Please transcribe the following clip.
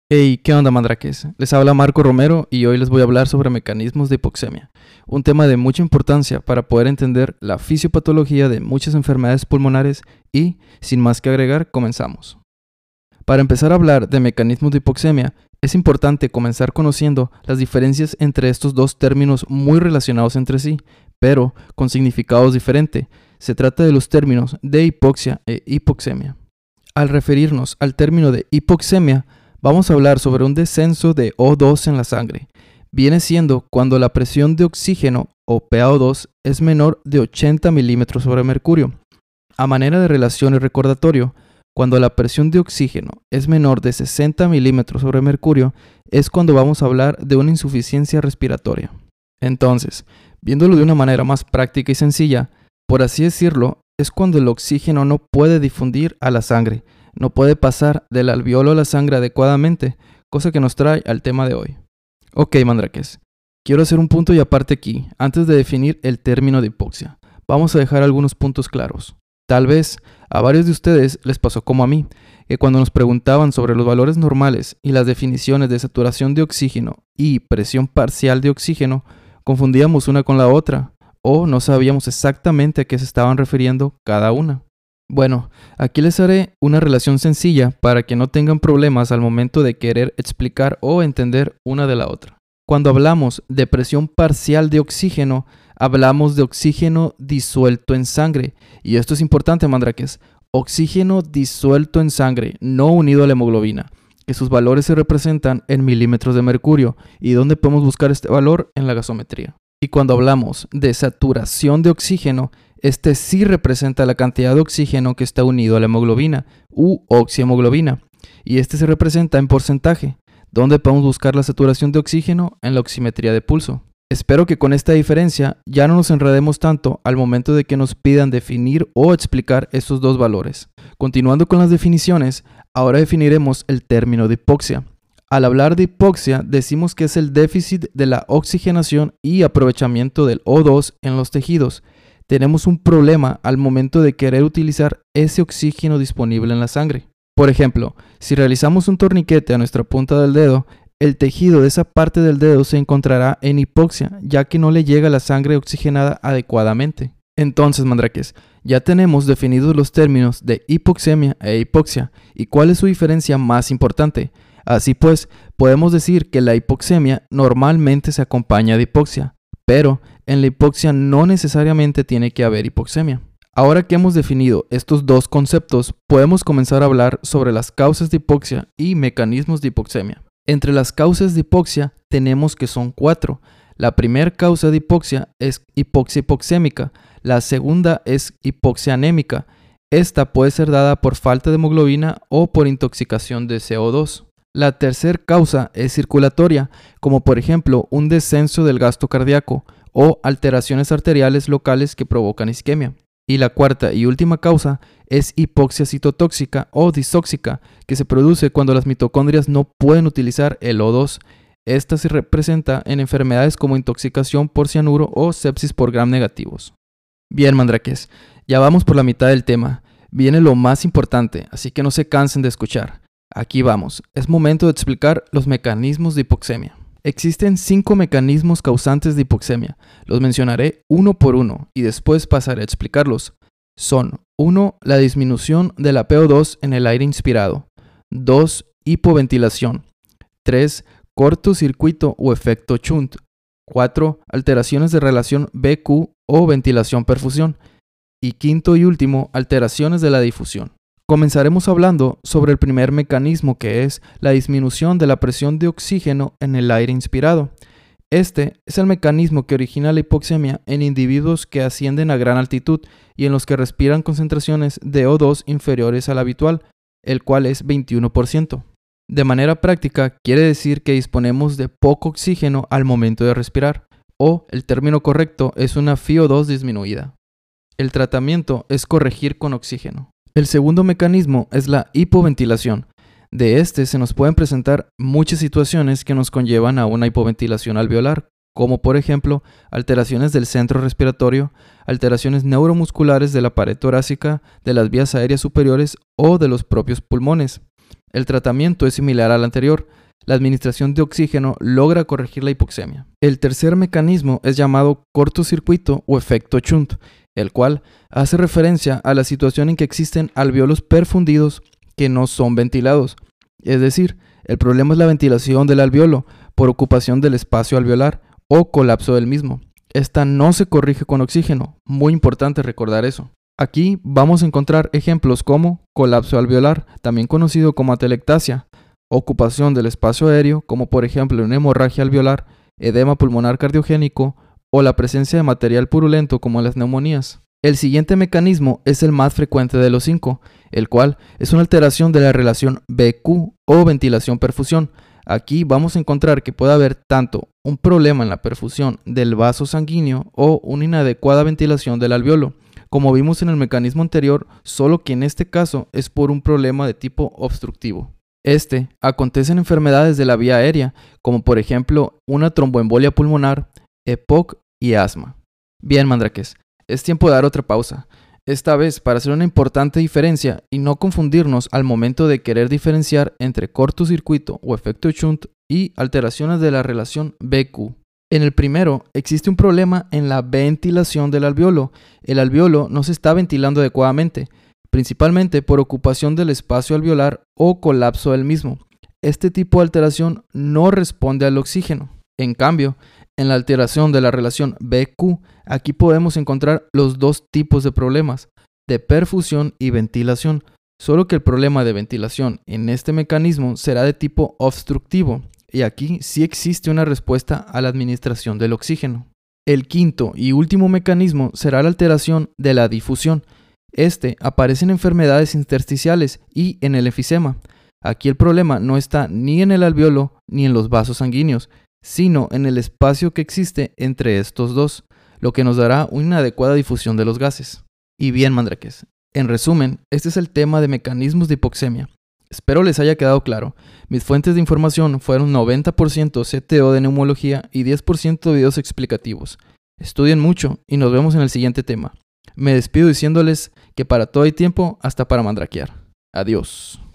Hey, ¿qué onda, mandraques? Les habla Marco Romero y hoy les voy a hablar sobre mecanismos de hipoxemia, un tema de mucha importancia para poder entender la fisiopatología de muchas enfermedades pulmonares y, sin más que agregar, comenzamos. Para empezar a hablar de mecanismos de hipoxemia, es importante comenzar conociendo las diferencias entre estos dos términos muy relacionados entre sí, pero con significados diferentes. Se trata de los términos de hipoxia e hipoxemia. Al referirnos al término de hipoxemia, vamos a hablar sobre un descenso de O2 en la sangre. Viene siendo cuando la presión de oxígeno o PaO2 es menor de 80 milímetros sobre mercurio. A manera de relación y recordatorio, cuando la presión de oxígeno es menor de 60 milímetros sobre mercurio, es cuando vamos a hablar de una insuficiencia respiratoria. Entonces, viéndolo de una manera más práctica y sencilla, por así decirlo, es cuando el oxígeno no puede difundir a la sangre, no puede pasar del alveolo a la sangre adecuadamente, cosa que nos trae al tema de hoy. Ok, mandraques, quiero hacer un punto y aparte aquí, antes de definir el término de hipoxia. Vamos a dejar algunos puntos claros. Tal vez a varios de ustedes les pasó como a mí, que cuando nos preguntaban sobre los valores normales y las definiciones de saturación de oxígeno y presión parcial de oxígeno, confundíamos una con la otra, o no sabíamos exactamente a qué se estaban refiriendo cada una. Bueno, aquí les haré una relación sencilla para que no tengan problemas al momento de querer explicar o entender una de la otra. Cuando hablamos de presión parcial de oxígeno, hablamos de oxígeno disuelto en sangre. Y esto es importante, mandraques. Oxígeno disuelto en sangre, no unido a la hemoglobina, que sus valores se representan en milímetros de mercurio. ¿Y dónde podemos buscar este valor? En la gasometría. Y cuando hablamos de saturación de oxígeno, este sí representa la cantidad de oxígeno que está unido a la hemoglobina u oxihemoglobina. Y este se representa en porcentaje. ¿Dónde podemos buscar la saturación de oxígeno? En la oximetría de pulso. Espero que con esta diferencia ya no nos enredemos tanto al momento de que nos pidan definir o explicar estos dos valores. Continuando con las definiciones, ahora definiremos el término de hipoxia. Al hablar de hipoxia, decimos que es el déficit de la oxigenación y aprovechamiento del O2 en los tejidos. Tenemos un problema al momento de querer utilizar ese oxígeno disponible en la sangre. Por ejemplo, si realizamos un torniquete a nuestra punta del dedo, el tejido de esa parte del dedo se encontrará en hipoxia, ya que no le llega la sangre oxigenada adecuadamente. Entonces, mandraques, ya tenemos definidos los términos de hipoxemia e hipoxia, y cuál es su diferencia más importante. Así pues, podemos decir que la hipoxemia normalmente se acompaña de hipoxia, pero en la hipoxia no necesariamente tiene que haber hipoxemia. Ahora que hemos definido estos dos conceptos, podemos comenzar a hablar sobre las causas de hipoxia y mecanismos de hipoxemia. Entre las causas de hipoxia tenemos que son 4. La primera causa de hipoxia es hipoxia hipoxémica, la segunda es hipoxia anémica. Esta puede ser dada por falta de hemoglobina o por intoxicación de CO2. La tercera causa es circulatoria, como por ejemplo un descenso del gasto cardíaco o alteraciones arteriales locales que provocan isquemia. Y la cuarta y última causa es hipoxia citotóxica o disóxica, que se produce cuando las mitocondrias no pueden utilizar el O2. Esta se representa en enfermedades como intoxicación por cianuro o sepsis por gram negativos. Bien, mandraques, ya vamos por la mitad del tema. Viene lo más importante, así que no se cansen de escuchar. Aquí vamos, es momento de explicar los mecanismos de hipoxemia. Existen 5 mecanismos causantes de hipoxemia. Los mencionaré uno por uno y después pasaré a explicarlos. Son 1. La disminución de la PaO2 en el aire inspirado. 2. Hipoventilación. 3. Cortocircuito o efecto Chunt. 4. Alteraciones de relación BQ o ventilación-perfusión. Y quinto y último, alteraciones de la difusión. Comenzaremos hablando sobre el primer mecanismo, que es la disminución de la presión de oxígeno en el aire inspirado. Este es el mecanismo que origina la hipoxemia en individuos que ascienden a gran altitud y en los que respiran concentraciones de O2 inferiores al habitual, el cual es 21%. De manera práctica, quiere decir que disponemos de poco oxígeno al momento de respirar, o el término correcto es una FiO2 disminuida. El tratamiento es corregir con oxígeno. El segundo mecanismo es la hipoventilación. De este se nos pueden presentar muchas situaciones que nos conllevan a una hipoventilación alveolar, como por ejemplo alteraciones del centro respiratorio, alteraciones neuromusculares de la pared torácica, de las vías aéreas superiores o de los propios pulmones. El tratamiento es similar al anterior. La administración de oxígeno logra corregir la hipoxemia. El tercer mecanismo es llamado cortocircuito o efecto Chunt, el cual hace referencia a la situación en que existen alvéolos perfundidos que no son ventilados. Es decir, el problema es la ventilación del alvéolo por ocupación del espacio alveolar o colapso del mismo. Esta no se corrige con oxígeno, muy importante recordar eso. Aquí vamos a encontrar ejemplos como colapso alveolar, también conocido como atelectasia, ocupación del espacio aéreo, como por ejemplo una hemorragia alveolar, edema pulmonar cardiogénico o la presencia de material purulento como las neumonías. El siguiente mecanismo es el más frecuente de los 5, el cual es una alteración de la relación BQ o ventilación-perfusión. Aquí vamos a encontrar que puede haber tanto un problema en la perfusión del vaso sanguíneo o una inadecuada ventilación del alvéolo, como vimos en el mecanismo anterior, solo que en este caso es por un problema de tipo obstructivo. Este acontece en enfermedades de la vía aérea, como por ejemplo una tromboembolia pulmonar, EPOC y asma. Bien, mandráques, es tiempo de dar otra pausa, esta vez para hacer una importante diferencia y no confundirnos al momento de querer diferenciar entre cortocircuito o efecto Chunt y alteraciones de la relación BQ. En el primero, existe un problema en la ventilación del alvéolo. El alvéolo no se está ventilando adecuadamente, principalmente por ocupación del espacio alveolar o colapso del mismo. Este tipo de alteración no responde al oxígeno. En cambio, en la alteración de la relación BQ, aquí podemos encontrar los dos tipos de problemas, de perfusión y ventilación, solo que el problema de ventilación en este mecanismo será de tipo obstructivo, y aquí sí existe una respuesta a la administración del oxígeno. El quinto y último mecanismo será la alteración de la difusión. Este aparece en enfermedades intersticiales y en el enfisema. Aquí el problema no está ni en el alvéolo ni en los vasos sanguíneos, sino en el espacio que existe entre estos dos, lo que nos dará una inadecuada difusión de los gases. Y bien, mandráques, en resumen, este es el tema de mecanismos de hipoxemia. Espero les haya quedado claro. Mis fuentes de información fueron 90% CTO de neumología y 10% videos explicativos. Estudien mucho y nos vemos en el siguiente tema. Me despido diciéndoles que para todo hay tiempo, hasta para mandrakear. Adiós.